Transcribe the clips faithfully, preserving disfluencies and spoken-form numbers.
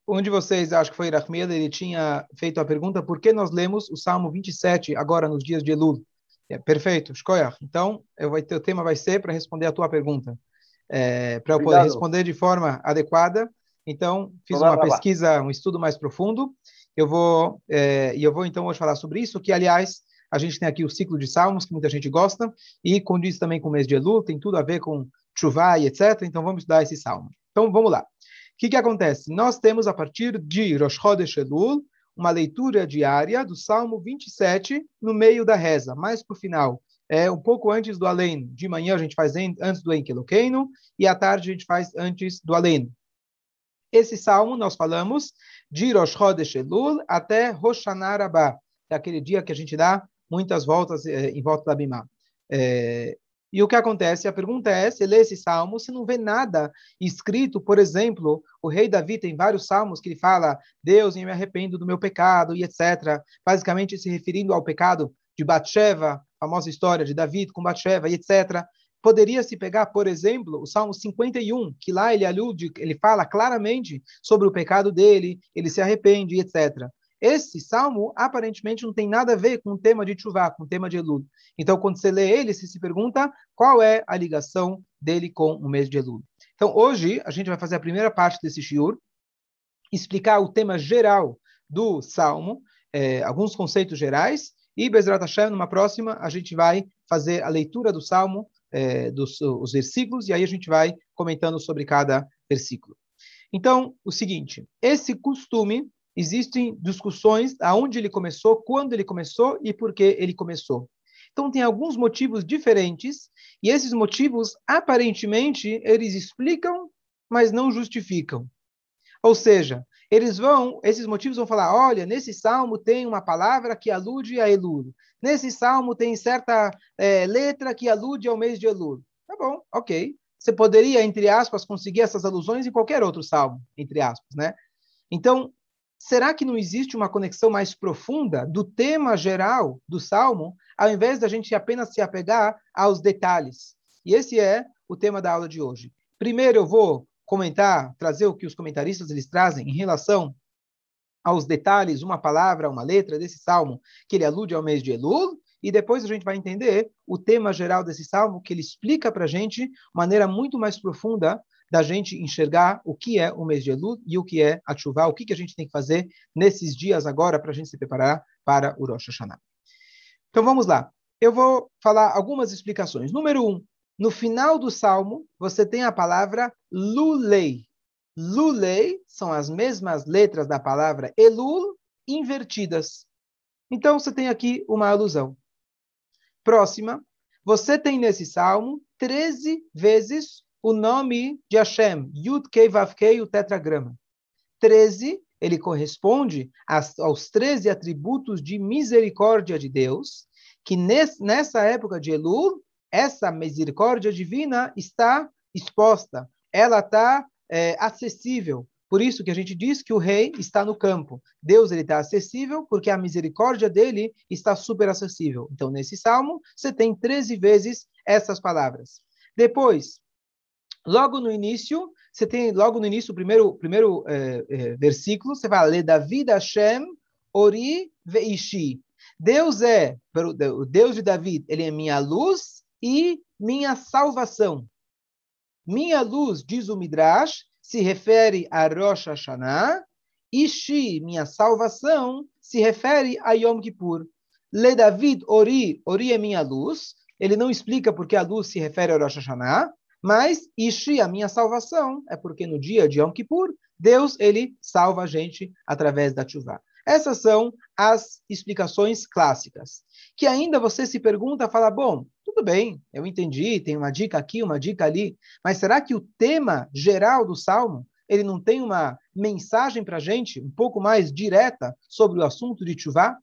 Um de vocês, acho que foi Irachmiel, ele tinha feito a pergunta por que nós lemos o Salmo vinte e sete agora nos dias de Elul. É, perfeito, Shkoyach. Então, eu vai ter, o tema vai ser para responder a tua pergunta. É, para eu poder Obrigado. responder de forma adequada. Então, fiz Toda uma Rabá. pesquisa, um estudo mais profundo. Eu vou, é, e eu vou então hoje falar sobre isso, que, aliás, a gente tem aqui o ciclo de Salmos, que muita gente gosta, e condiz também com o mês de Elul, tem tudo a ver com Tchuvá e etcétera. Então, vamos estudar esse Salmo. Então, vamos lá. O que, que acontece? Nós temos, a partir de Rosh Chodesh Elul, uma leitura diária do Salmo vinte e sete no meio da reza, mais para o final. É um pouco antes do Além. De manhã a gente faz antes do Enkeloqueino e à tarde a gente faz antes do Além. Esse salmo nós falamos de Rosh Chodesh Elul até Rosh Hashanah Rabbah, é aquele dia que a gente dá muitas voltas eh, em volta da Bimá. É, e o que acontece? A pergunta é: você lê esse salmo, você não vê nada escrito, por exemplo, o rei Davi tem vários salmos que ele fala: Deus, eu me arrependo do meu pecado, e etcétera. Basicamente se referindo ao pecado de Batsheva, famosa história de Davi com Batsheva, e etcétera. Poderia se pegar, por exemplo, o Salmo cinquenta e um, que lá ele alude, ele fala claramente sobre o pecado dele, ele se arrepende, etcétera. Esse salmo aparentemente não tem nada a ver com o tema de Tchuvá, com o tema de Elul. Então, quando você lê ele, você se pergunta qual é a ligação dele com o mês de Elul. Então, hoje, a gente vai fazer a primeira parte desse shiur, explicar o tema geral do salmo, eh, alguns conceitos gerais, e Bezrat Hashem, numa próxima, a gente vai fazer a leitura do salmo, eh, dos os versículos, e aí a gente vai comentando sobre cada versículo. Então, o seguinte, esse costume, existem discussões aonde ele começou, quando ele começou e por que ele começou. Então, tem alguns motivos diferentes, e esses motivos, aparentemente, eles explicam, mas não justificam. Ou seja, eles vão, esses motivos vão falar, olha, nesse salmo tem uma palavra que alude a Elul. Nesse salmo tem certa é, letra que alude ao mês de Elul. Tá bom, ok. Você poderia, entre aspas, conseguir essas alusões em qualquer outro salmo, entre aspas, né? Então, será que não existe uma conexão mais profunda do tema geral do salmo, ao invés da gente apenas se apegar aos detalhes? E esse é o tema da aula de hoje. Primeiro eu vou comentar, trazer o que os comentaristas eles trazem em relação aos detalhes, uma palavra, uma letra desse salmo, que ele alude ao mês de Elul, e depois a gente vai entender o tema geral desse salmo, que ele explica para a gente, de maneira muito mais profunda, da gente enxergar o que é o mês de Elul e o que é a Tchuvá, o que, que a gente tem que fazer nesses dias agora para a gente se preparar para o Rosh Hashanah. Então vamos lá. Eu vou falar algumas explicações. Número um, no final do salmo, você tem a palavra Lulei. Lulei são as mesmas letras da palavra Elul invertidas. Então você tem aqui uma alusão. Próxima, você tem nesse salmo treze vezes o nome de Hashem, Yud Kei Vav Kei, o tetragrama. treze, ele corresponde aos treze atributos de misericórdia de Deus, que nessa época de Elul, essa misericórdia divina está exposta, ela está é, acessível. Por isso que a gente diz que o rei está no campo. Deus ele está acessível porque a misericórdia dele está super acessível. Então, nesse salmo, você tem treze vezes essas palavras. Depois, logo no início, você tem logo no início o primeiro, primeiro é, é, versículo, você vai ler David Hashem Ori Veishi. Deus é, o Deus de David, ele é minha luz e minha salvação. Minha luz, diz o Midrash, se refere a Rosh Hashanah, Ishi, minha salvação, se refere a Yom Kippur. Le David Ori, Ori é minha luz, ele não explica porque a luz se refere a Rosh Hashanah, mas Ishi, a minha salvação, é porque no dia de Yom Kippur, Deus, ele salva a gente através da Tchuvá. Essas são as explicações clássicas. Que ainda você se pergunta, fala, bom, tudo bem, eu entendi, tem uma dica aqui, uma dica ali, mas será que o tema geral do Salmo, ele não tem uma mensagem para a gente, um pouco mais direta, sobre o assunto de Tchuvá?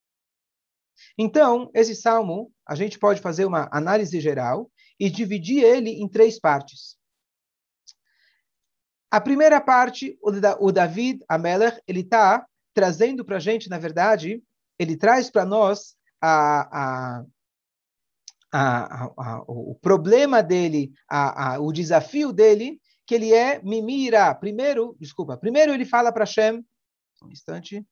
Então, esse Salmo, a gente pode fazer uma análise geral e dividir ele em três partes. A primeira parte, o David Amelech, ele está trazendo para a gente, na verdade, ele traz para nós a, a A, a, a, o problema dele, a, o desafio dele, que ele é Mimira. Primeiro, desculpa, primeiro ele fala para Hashem, um instante.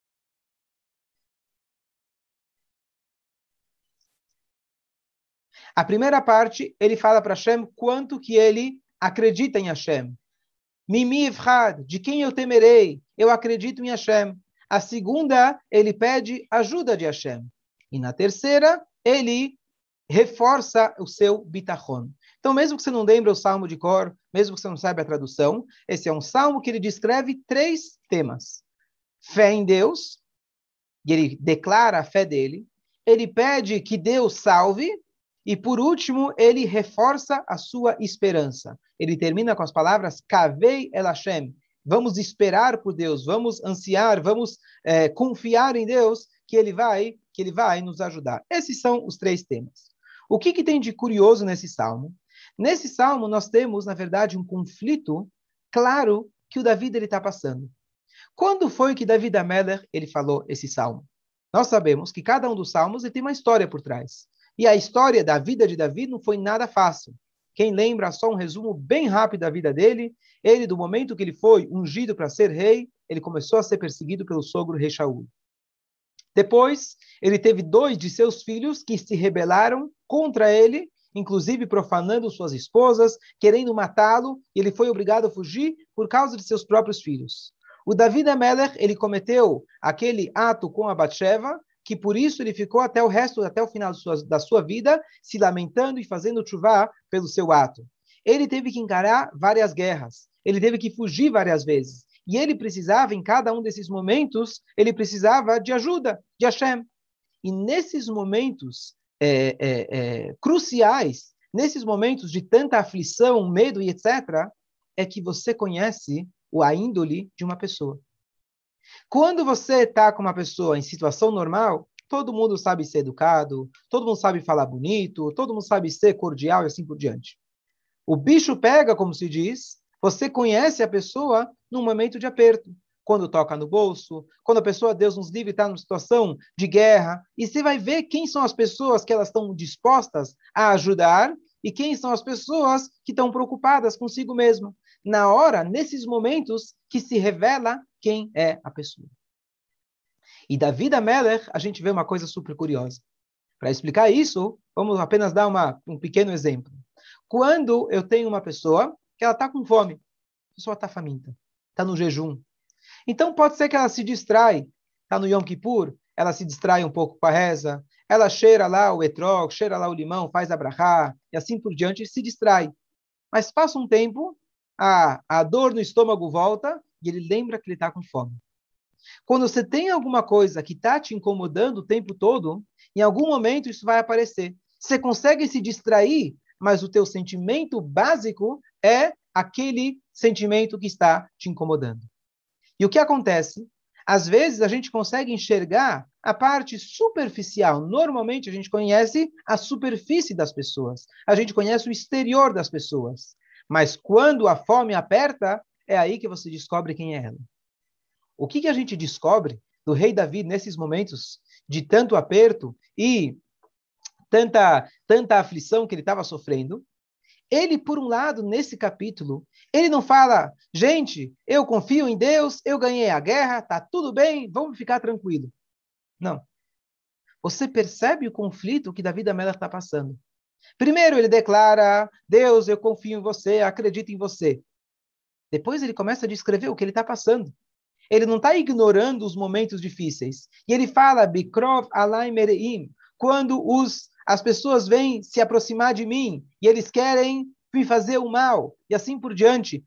A primeira parte, ele fala para Hashem quanto que ele acredita em Hashem. Mimi Ivchad, de quem eu temerei? Eu acredito em Hashem. A segunda, ele pede ajuda de Hashem. E na terceira, ele reforça o seu bitachon. Então, mesmo que você não lembre o salmo de cor, mesmo que você não saiba a tradução, esse é um salmo que ele descreve três temas. Fé em Deus, e ele declara a fé dele. Ele pede que Deus salve. E, por último, ele reforça a sua esperança. Ele termina com as palavras Kavei El Hashem. Vamos esperar por Deus, vamos ansiar, vamos é, confiar em Deus que ele vai, que ele vai nos ajudar. Esses são os três temas. O que, que tem de curioso nesse salmo? Nesse salmo nós temos, na verdade, um conflito claro que o Davi está passando. Quando foi que Davi Amelech ele falou esse salmo? Nós sabemos que cada um dos salmos ele tem uma história por trás. E a história da vida de Davi não foi nada fácil. Quem lembra, só um resumo bem rápido da vida dele, ele, do momento que ele foi ungido para ser rei, ele começou a ser perseguido pelo sogro rei Shaul. Depois, ele teve dois de seus filhos que se rebelaram contra ele, inclusive profanando suas esposas, querendo matá-lo, e ele foi obrigado a fugir por causa de seus próprios filhos. O Davi Amelech, ele cometeu aquele ato com a Batsheva, que por isso ele ficou até o resto, até o final da sua, da sua vida, se lamentando e fazendo chuvá pelo seu ato. Ele teve que encarar várias guerras, ele teve que fugir várias vezes, e ele precisava, em cada um desses momentos, ele precisava de ajuda, de Hashem. E nesses momentos é, é, é, cruciais, nesses momentos de tanta aflição, medo e etcétera, é que você conhece a índole de uma pessoa. Quando você está com uma pessoa em situação normal, todo mundo sabe ser educado, todo mundo sabe falar bonito, todo mundo sabe ser cordial e assim por diante. O bicho pega, como se diz, você conhece a pessoa num momento de aperto, quando toca no bolso, quando a pessoa, Deus nos livre, está numa situação de guerra, e você vai ver quem são as pessoas que elas estão dispostas a ajudar e quem são as pessoas que estão preocupadas consigo mesma. Na hora, nesses momentos, que se revela quem é a pessoa. E da vida Amelech, a gente vê uma coisa super curiosa. Para explicar isso, vamos apenas dar uma, um pequeno exemplo. Quando eu tenho uma pessoa que ela está com fome, a pessoa está faminta, está no jejum. Então pode ser que ela se distrai, está no Yom Kippur, ela se distrai um pouco com a reza, ela cheira lá o etrog, cheira lá o limão, faz a brachá, e assim por diante, se distrai. Mas passa um tempo, a, a dor no estômago volta, e ele lembra que ele está com fome. Quando você tem alguma coisa que está te incomodando o tempo todo, em algum momento isso vai aparecer. Você consegue se distrair, mas o teu sentimento básico é aquele sentimento que está te incomodando. E o que acontece? Às vezes a gente consegue enxergar a parte superficial. Normalmente a gente conhece a superfície das pessoas. A gente conhece o exterior das pessoas. Mas quando a fome aperta, é aí que você descobre quem é ela. O que, que a gente descobre do rei Davi nesses momentos de tanto aperto e tanta, tanta aflição que ele estava sofrendo? Ele, por um lado, nesse capítulo, ele não fala, gente, eu confio em Deus, eu ganhei a guerra, tá tudo bem, vamos ficar tranquilo. Não. Você percebe o conflito que Davi Amelech está passando. Primeiro ele declara, Deus, eu confio em você, acredito em você. Depois ele começa a descrever o que ele está passando. Ele não está ignorando os momentos difíceis. E ele fala, Bikrov alai mereim, quando os, as pessoas vêm se aproximar de mim e eles querem me fazer o mal, e assim por diante.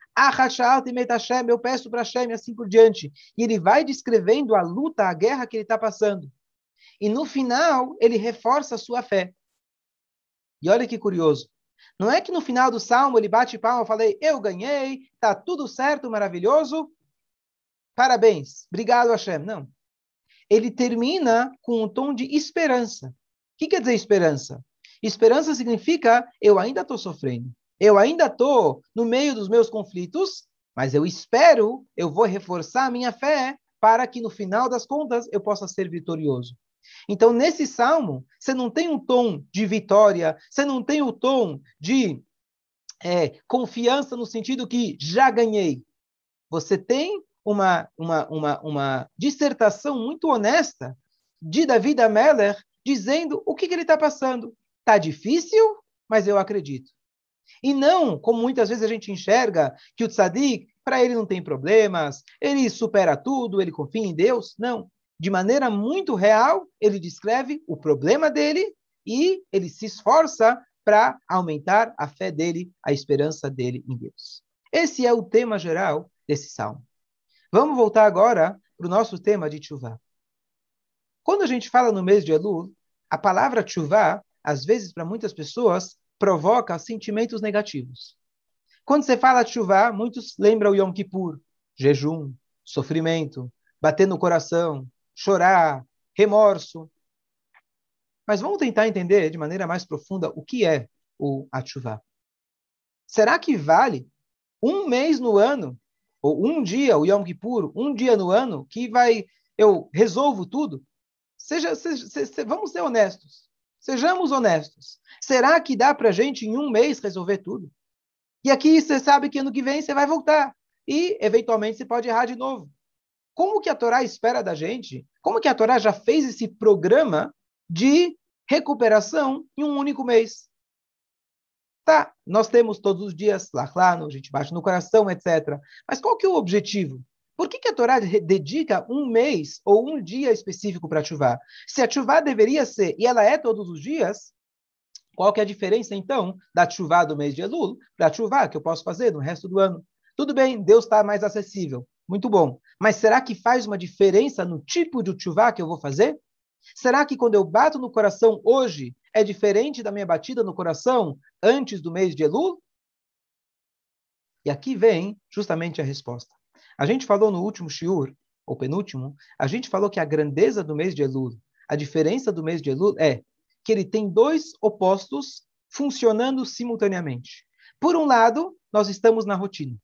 Eu peço para Hashem, e assim por diante. E ele vai descrevendo a luta, a guerra que ele está passando. E no final, ele reforça a sua fé. E olha que curioso. Não é que no final do salmo ele bate palma e fala, eu ganhei, está tudo certo, maravilhoso, parabéns, obrigado Hashem. Não. Ele termina com um tom de esperança. O que quer dizer esperança? Esperança significa, eu ainda estou sofrendo, eu ainda estou no meio dos meus conflitos, mas eu espero, eu vou reforçar a minha fé para que no final das contas eu possa ser vitorioso. Então, nesse salmo, você não tem um tom de vitória, você não tem o tom de é, confiança no sentido que já ganhei. Você tem uma, uma, uma, uma dissertação muito honesta de David Ameller dizendo o que, que ele está passando. Está difícil, mas eu acredito. E não, como muitas vezes a gente enxerga, que o tzadik, para ele não tem problemas, ele supera tudo, ele confia em Deus. Não. De maneira muito real, ele descreve o problema dele e ele se esforça para aumentar a fé dele, a esperança dele em Deus. Esse é o tema geral desse salmo. Vamos voltar agora para o nosso tema de tchuvá. Quando a gente fala no mês de Elul, a palavra tchuvá, às vezes para muitas pessoas, provoca sentimentos negativos. Quando você fala tchuvá, muitos lembram o Yom Kippur, jejum, sofrimento, bater no coração, chorar, remorso. Mas vamos tentar entender de maneira mais profunda o que é o tchuvá. Será que vale um mês no ano, ou um dia, o Yom Kippur, um dia no ano, que vai, eu resolvo tudo? Seja, seja, seja, vamos ser honestos. Sejamos honestos. Será que dá para a gente, em um mês, resolver tudo? E aqui você sabe que ano que vem você vai voltar. E, eventualmente, você pode errar de novo. Como que a Torá espera da gente? Como que a Torá já fez esse programa de recuperação em um único mês? Tá, nós temos todos os dias, lá, claro, a gente bate no coração, etcétera. Mas qual que é o objetivo? Por que, que a Torá dedica um mês ou um dia específico para a tchuvá? Se a tchuvá deveria ser, e ela é todos os dias, qual que é a diferença, então, da tchuvá do mês de Elul para a tchuvá que eu posso fazer no resto do ano? Tudo bem, Deus está mais acessível. Muito bom. Mas será que faz uma diferença no tipo de tchuvá que eu vou fazer? Será que quando eu bato no coração hoje é diferente da minha batida no coração antes do mês de Elul? E aqui vem justamente a resposta. A gente falou no último shiur, ou penúltimo, a gente falou que a grandeza do mês de Elul, a diferença do mês de Elul é que ele tem dois opostos funcionando simultaneamente. Por um lado, nós estamos na rotina.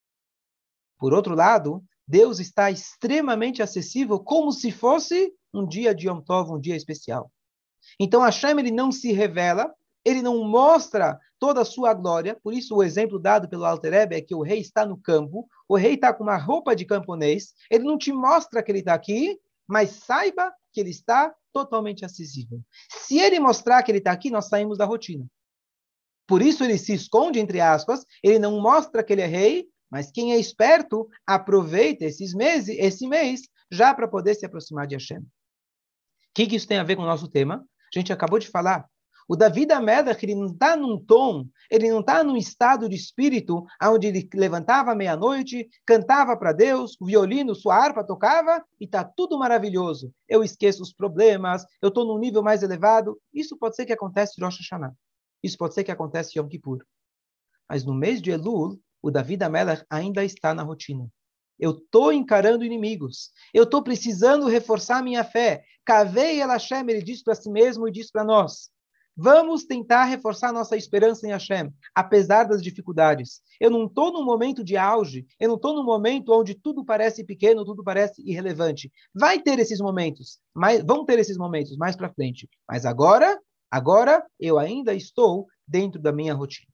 Por outro lado, Deus está extremamente acessível como se fosse um dia de Yom Tov, um dia especial. Então, Hashem, ele não se revela, ele não mostra toda a sua glória, por isso o exemplo dado pelo Alter Rebbe é que o rei está no campo, o rei está com uma roupa de camponês, ele não te mostra que ele está aqui, mas saiba que ele está totalmente acessível. Se ele mostrar que ele está aqui, nós saímos da rotina. Por isso ele se esconde, entre aspas, ele não mostra que ele é rei, mas quem é esperto aproveita esses meses, esse mês, já para poder se aproximar de Hashem. O que, que isso tem a ver com o nosso tema? A gente acabou de falar. O David Amelech, ele não está num tom, ele não está num estado de espírito onde ele levantava à meia-noite, cantava para Deus, o violino, sua harpa tocava e está tudo maravilhoso. Eu esqueço os problemas, eu estou num nível mais elevado. Isso pode ser que acontece em Rosh Hashanah. Isso pode ser que acontece em Yom Kippur. Mas no mês de Elul, o David Amelech ainda está na rotina. Eu estou encarando inimigos. Eu estou precisando reforçar minha fé. Kavei El Hashem, ele diz para si mesmo e diz para nós. Vamos tentar reforçar nossa esperança em Hashem, apesar das dificuldades. Eu não estou num momento de auge, eu não estou num momento onde tudo parece pequeno, tudo parece irrelevante. Vai ter esses momentos, mas vão ter esses momentos mais para frente. Mas agora, agora eu ainda estou dentro da minha rotina.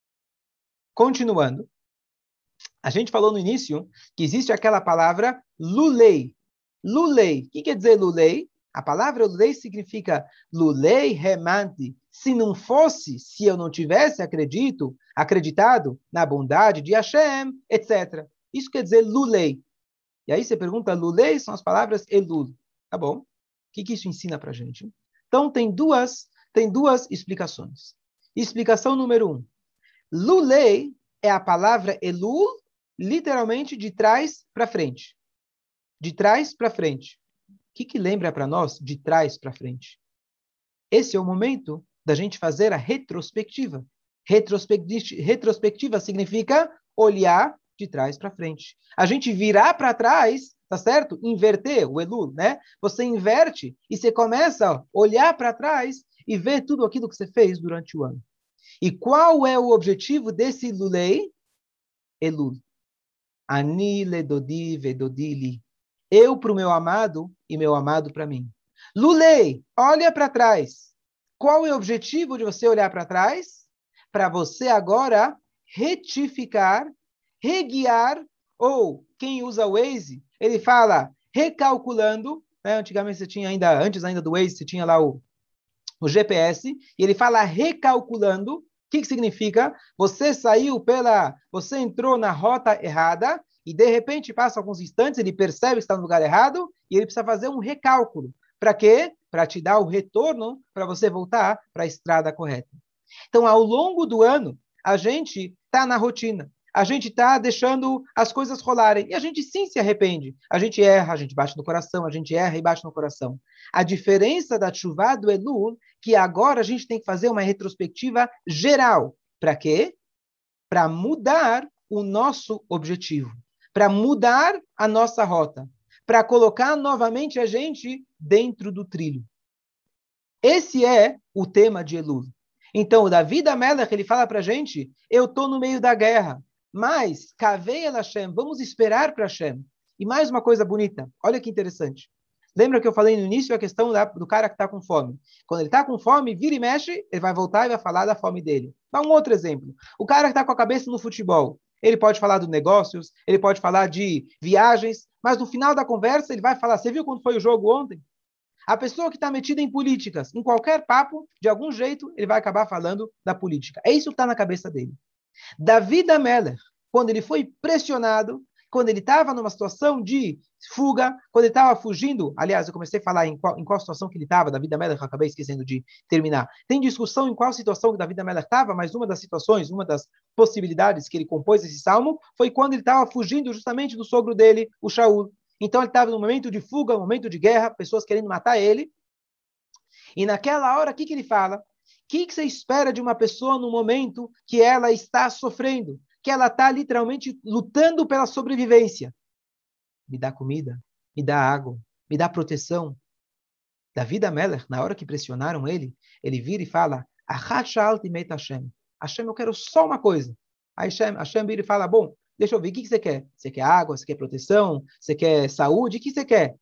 Continuando. A gente falou no início que existe aquela palavra lulei. Lulei. O que quer dizer lulei? A palavra lulei significa lulei remanti. Se não fosse, se eu não tivesse acredito, acreditado na bondade de Hashem, etcétera. Isso quer dizer lulei. E aí você pergunta, lulei são as palavras elul. Tá bom. O que, que isso ensina para a gente? Então tem duas, tem duas explicações. Explicação número um. Lulei é a palavra elul, literalmente de trás para frente. De trás para frente. O que, que lembra para nós de trás para frente? Esse é o momento da gente fazer a retrospectiva. Retrospectiva, retrospectiva significa olhar de trás para frente. A gente virar para trás, tá certo? Inverter o Elul, né? Você inverte e você começa a olhar para trás e ver tudo aquilo que você fez durante o ano. E qual é o objetivo desse Lulei? Elul. Ani ledodi vedodili. Eu para o meu amado e meu amado para mim. Lulei, olha para trás. Qual é o objetivo de você olhar para trás? Para você agora retificar, reguiar, ou quem usa o Waze, ele fala recalculando, né? Antigamente você tinha ainda, antes ainda do Waze, você tinha lá o, o G P S, e ele fala recalculando. O que, que significa? Você saiu pela, você entrou na rota errada, e de repente, passa alguns instantes, ele percebe que está no lugar errado, e ele precisa fazer um recálculo. Para quê? Para te dar o retorno, para você voltar para a estrada correta. Então, ao longo do ano, a gente está na rotina. A gente está deixando as coisas rolarem. E a gente sim se arrepende. A gente erra, a gente bate no coração, a gente erra e bate no coração. A diferença da chuva do Elul, que agora a gente tem que fazer uma retrospectiva geral. Para quê? Para mudar o nosso objetivo. Para mudar a nossa rota. Para colocar novamente a gente dentro do trilho. Esse é o tema de Elul. Então, o David Amelech, ele fala para a gente, eu estou no meio da guerra, mas, Kavei El Hashem, vamos esperar para Hashem. E mais uma coisa bonita, olha que interessante. Lembra que eu falei no início a questão da, do cara que está com fome? Quando ele está com fome, vira e mexe, ele vai voltar e vai falar da fome dele. Dá um outro exemplo. O cara que está com a cabeça no futebol, ele pode falar de negócios, ele pode falar de viagens, mas no final da conversa ele vai falar, você viu quando foi o jogo ontem? A pessoa que está metida em políticas, em qualquer papo, de algum jeito, ele vai acabar falando da política. É isso que está na cabeça dele. David Amelech, quando ele foi pressionado, quando ele estava numa situação de fuga, quando ele estava fugindo, aliás, eu comecei a falar em qual, em qual situação que ele estava, David Amelech, eu acabei esquecendo de terminar. Tem discussão em qual situação que David Amelech estava, mas uma das situações, uma das possibilidades que ele compôs esse salmo, foi quando ele estava fugindo justamente do sogro dele, o Shaul. Então ele estava num momento de fuga, um momento de guerra, pessoas querendo matar ele. E naquela hora, o que, que ele fala? O que, que você espera de uma pessoa no momento que ela está sofrendo? Que ela está literalmente lutando pela sobrevivência? Me dá comida, me dá água, me dá proteção. David Amelech, na hora que pressionaram ele, ele vira e fala, Hashem, Hashem, eu quero só uma coisa. Aí Hashem, Hashem vira e fala, bom, deixa eu ver, o que você quer? Você quer água? Você quer proteção? Você quer saúde? O que você quer?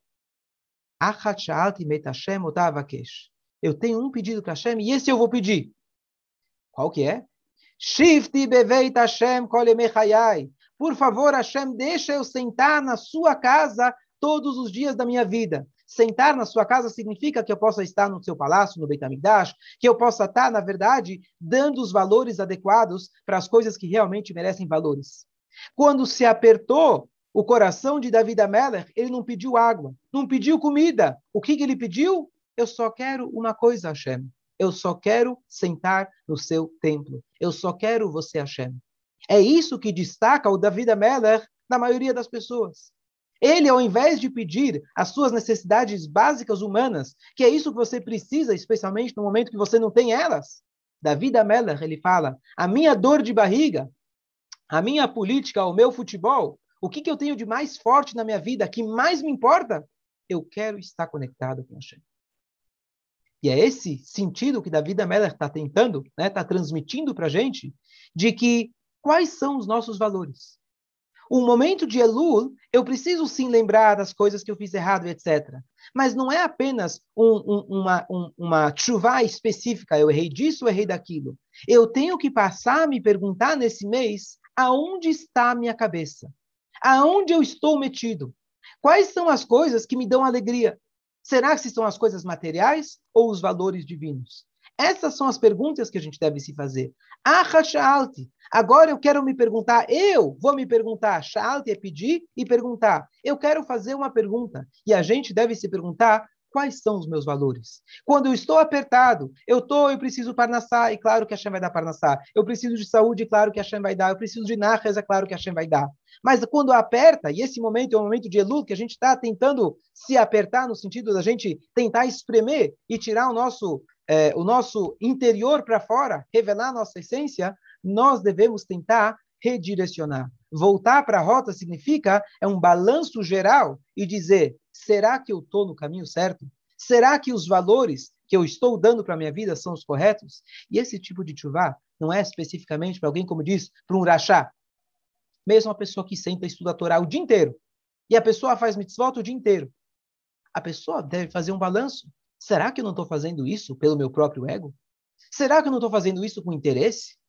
Eu tenho um pedido para Hashem e esse eu vou pedir. Qual que é? Shifti beveit Hashem kol yemei chayai. Por favor, Hashem, deixa eu sentar na sua casa todos os dias da minha vida. Sentar na sua casa significa que eu possa estar no seu palácio, no Beit HaMikdash, que eu possa estar, na verdade, dando os valores adequados para as coisas que realmente merecem valores. Quando se apertou o coração de David Amelech, ele não pediu água, não pediu comida. O que, que ele pediu? Eu só quero uma coisa, Hashem. Eu só quero sentar no seu templo. Eu só quero você, Hashem. É isso que destaca o David Amelech na maioria das pessoas. Ele, ao invés de pedir as suas necessidades básicas humanas, que é isso que você precisa, especialmente no momento que você não tem elas, David Amelech, ele fala, a minha dor de barriga, a minha política, o meu futebol, o que, que eu tenho de mais forte na minha vida, que mais me importa? Eu quero estar conectado com Hashem. E é esse sentido que David Amelech está tentando, né, está transmitindo para a gente, de que quais são os nossos valores. Um momento de Elul, eu preciso sim lembrar das coisas que eu fiz errado, etcétera. Mas não é apenas um, um, uma, um, uma chuva específica, eu errei disso, eu errei daquilo. Eu tenho que passar a me perguntar nesse mês, aonde está a minha cabeça? Aonde eu estou metido? Quais são as coisas que me dão alegria? Será que são as coisas materiais ou os valores divinos? Essas são as perguntas que a gente deve se fazer. Ah, Sha'alti. Agora eu quero me perguntar, eu vou me perguntar. Sha'alti é pedir e perguntar. Eu quero fazer uma pergunta. E a gente deve se perguntar, quais são os meus valores? Quando eu estou apertado, eu tô, eu preciso parnassá, e claro que Hashem vai dar parnassá. Eu preciso de saúde, claro que Hashem vai dar. Eu preciso de nachas, é claro que Hashem vai dar. Mas quando aperta, e esse momento é um momento de Elul, que a gente está tentando se apertar no sentido da gente tentar espremer e tirar o nosso, é, o nosso interior para fora, revelar a nossa essência, nós devemos tentar redirecionar. Voltar para a rota significa é um balanço geral e dizer, será que eu estou no caminho certo? Será que os valores que eu estou dando para a minha vida são os corretos? E esse tipo de chuva não é especificamente para alguém, como diz, para um rachá. Mesmo uma pessoa que senta e estuda a Torá o dia inteiro, e a pessoa faz mitzvot o dia inteiro, a pessoa deve fazer um balanço. Será que eu não estou fazendo isso pelo meu próprio ego? Será que eu não estou fazendo isso com interesse?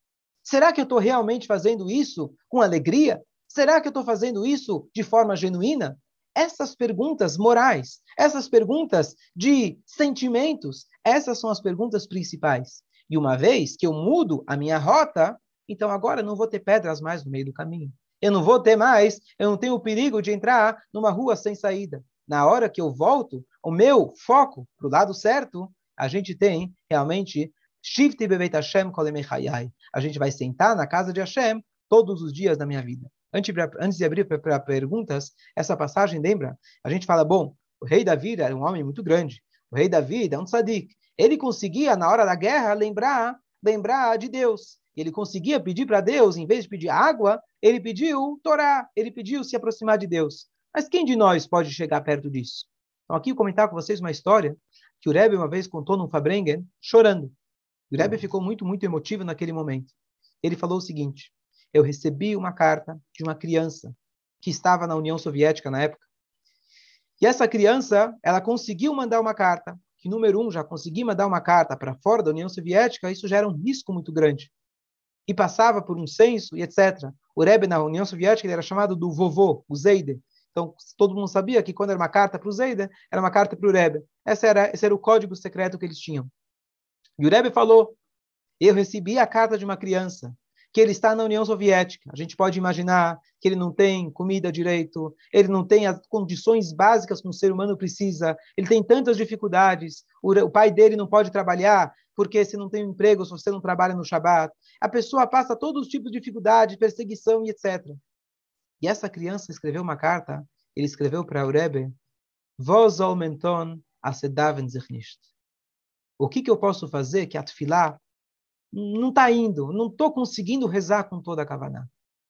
Será que eu estou realmente fazendo isso com alegria? Será que eu estou fazendo isso de forma genuína? Essas perguntas morais, essas perguntas de sentimentos, essas são as perguntas principais. E uma vez que eu mudo a minha rota, então agora eu não vou ter pedras mais no meio do caminho. Eu não vou ter mais, eu não tenho o perigo de entrar numa rua sem saída. Na hora que eu volto, o meu foco para o lado certo, a gente tem realmente Shifti Bebeit Hashem Kol Yemei Chayai. A gente vai sentar na casa de Hashem todos os dias da minha vida. Antes, antes de abrir para perguntas, essa passagem lembra? A gente fala, bom, o rei Davi era um homem muito grande. O rei Davi é um tzadik. Ele conseguia, na hora da guerra, lembrar, lembrar de Deus. Ele conseguia pedir para Deus, em vez de pedir água, ele pediu Torá, ele pediu se aproximar de Deus. Mas quem de nós pode chegar perto disso? Então, aqui eu vou comentar com vocês uma história que o Rebbe uma vez contou num Fabrengen, chorando. O Rebbe ficou muito, muito emotivo naquele momento. Ele falou o seguinte: eu recebi uma carta de uma criança que estava na União Soviética na época. E essa criança, ela conseguiu mandar uma carta, que número um, já conseguir mandar uma carta para fora da União Soviética, isso já era um risco muito grande. E passava por um censo e etcétera. O Rebbe na União Soviética ele era chamado do vovô, o Zeide. Então, todo mundo sabia que quando era uma carta para o Zeide, era uma carta para o Rebbe. Esse era, esse era o código secreto que eles tinham. E o Rebbe falou, eu recebi a carta de uma criança, que ele está na União Soviética. A gente pode imaginar que ele não tem comida direito, ele não tem as condições básicas que um ser humano precisa, ele tem tantas dificuldades, o, o pai dele não pode trabalhar, porque se não tem um emprego, se você não trabalha no Shabat, a pessoa passa todos os tipos de dificuldade, perseguição e etcétera. E essa criança escreveu uma carta, ele escreveu para o Rebbe, Vos menton asedaven sich nicht. O que, que eu posso fazer que a tefilá não está indo, não estou conseguindo rezar com toda a kavaná.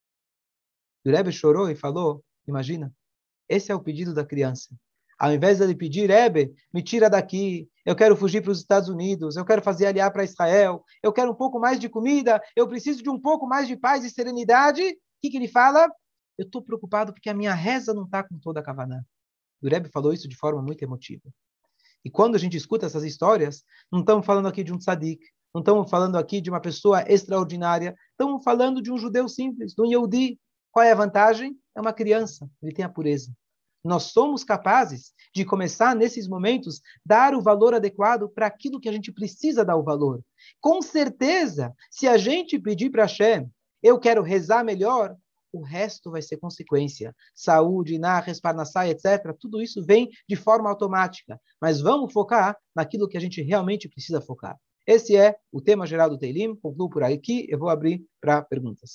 O Rebbe chorou e falou, imagina, esse é o pedido da criança. Ao invés de ele pedir, Rebbe, me tira daqui, eu quero fugir para os Estados Unidos, eu quero fazer aliar para Israel, eu quero um pouco mais de comida, eu preciso de um pouco mais de paz e serenidade. O que, que ele fala? Eu estou preocupado porque a minha reza não está com toda a kavaná. O Rebbe falou isso de forma muito emotiva. E quando a gente escuta essas histórias, não estamos falando aqui de um tzadik, não estamos falando aqui de uma pessoa extraordinária, estamos falando de um judeu simples, de um Yehudi. Qual é a vantagem? É uma criança, ele tem a pureza. Nós somos capazes de começar, nesses momentos, dar o valor adequado para aquilo que a gente precisa dar o valor. Com certeza, se a gente pedir para Hashem, eu quero rezar melhor, o resto vai ser consequência. Saúde, narres, parnassá, etcétera. Tudo isso vem de forma automática. Mas vamos focar naquilo que a gente realmente precisa focar. Esse é o tema geral do Teilim. Concluo por aqui. Eu vou abrir para perguntas.